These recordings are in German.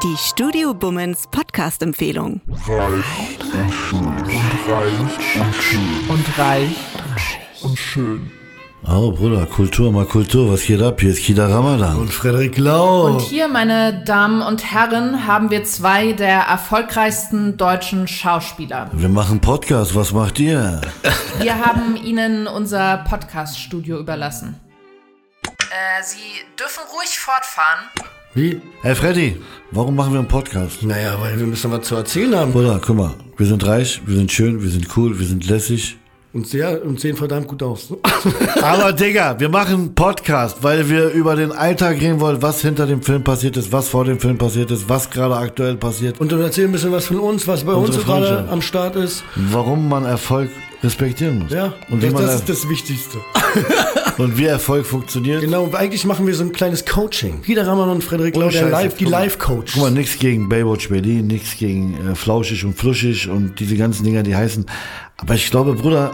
Die Studio Bummens Podcast-Empfehlung. Reich und schön. Oh Bruder, Kultur, was geht ab? Hier ist Kida Ramadan. Und Frederik Lau. Und hier, meine Damen und Herren, haben wir zwei der erfolgreichsten deutschen Schauspieler. Wir machen Podcast, was macht ihr? Wir haben ihnen unser Podcast-Studio überlassen. Sie dürfen ruhig fortfahren. Wie? Hey Freddy, warum machen wir einen Podcast? Naja, weil wir müssen was zu erzählen haben. Bruder, guck mal, wir sind reich, wir sind schön, wir sind cool, wir sind lässig. Und sehen verdammt gut aus. Aber Digga, wir machen einen Podcast, weil wir über den Alltag reden wollen, was hinter dem Film passiert ist, was vor dem Film passiert ist, was gerade aktuell passiert. Und dann erzählen ein bisschen was von uns, was bei uns so gerade am Start ist. Warum man Erfolg respektieren muss. Ja, und das ist das Wichtigste. Und wie Erfolg funktioniert. Genau, und eigentlich machen wir so ein kleines Coaching. Kida Ramadan und Frederik Lau, die Live-Coach. Guck mal, nichts gegen Baywatch Berlin, nichts gegen Flauschig und Fluschig und diese ganzen Dinger, die heißen. Aber ich glaube, Bruder,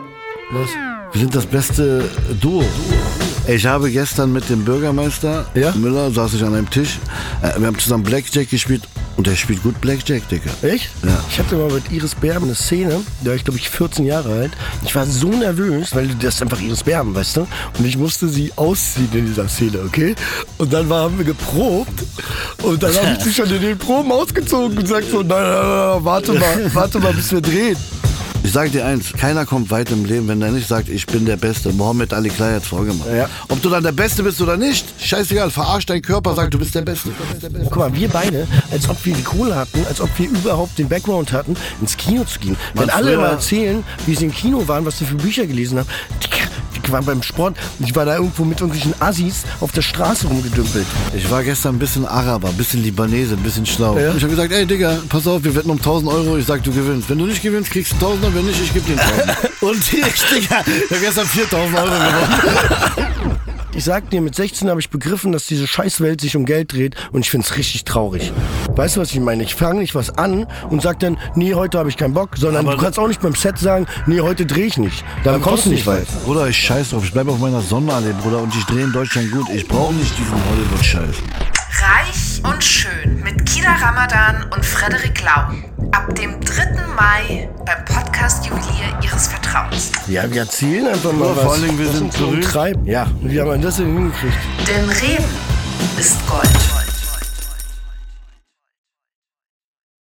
wir sind das beste Duo. Ich habe gestern mit dem Bürgermeister Müller, saß ich an einem Tisch, wir haben zusammen Blackjack gespielt und der spielt gut Blackjack, Digga. Echt? Ja. Ich hatte mal mit Iris Berben eine Szene, da war ich glaube ich 14 Jahre alt. Ich war so nervös, weil das ist einfach Iris Berben, weißt du? Und ich musste sie ausziehen in dieser Szene, okay? Und dann haben wir geprobt und dann habe ich sie schon in den Proben ausgezogen und gesagt so, nein, warte mal, bis wir drehen. Ich sag dir eins, keiner kommt weit im Leben, wenn er nicht sagt, ich bin der Beste. Mohammed Ali Clay hat's vorgemacht. Ja. Ob du dann der Beste bist oder nicht, scheißegal, verarsch deinen Körper, sag, du bist der Beste. Guck mal, wir beide, als ob wir die Kohle hatten, als ob wir überhaupt den Background hatten, ins Kino zu gehen. Wenn alle immer erzählen, wie sie im Kino waren, was sie für Bücher gelesen haben, die waren beim Sport, ich war da irgendwo mit irgendwelchen Assis auf der Straße rumgedümpelt. Ich war gestern ein bisschen Araber, ein bisschen Libanese, ein bisschen schlau. Ja. Ich habe gesagt, ey Digga, pass auf, wir wetten um 1.000 Euro, ich sag, du gewinnst. Wenn du nicht gewinnst, kriegst du 1.000, wenn nicht, ich geb dir 1.000. Und ich, Digga, ich habe gestern 4.000 Euro gewonnen. Ich sag dir, mit 16 habe ich begriffen, dass diese Scheißwelt sich um Geld dreht und ich find's richtig traurig. Weißt du, was ich meine? Ich fange nicht was an und sag dann, nee, heute habe ich keinen Bock, sondern du kannst auch nicht beim Set sagen, nee, heute drehe ich nicht. Dann kommst du nicht weit. Bruder, ich scheiß drauf, ich bleibe auf meiner Sonnenallee, Bruder, und ich drehe in Deutschland gut. Ich brauche nicht diesen Hollywood-Scheiß. Reich und schön mit Kida Ramadan und Frederik Lau. Ab dem 3. Mai beim Podcast-Juwelier Ihres Vertrauens. Ja, wir erzählen einfach mal was. Vor allem, wir sind berühmt. Ja, wie haben wir das denn hingekriegt? Denn Reden ist Gold.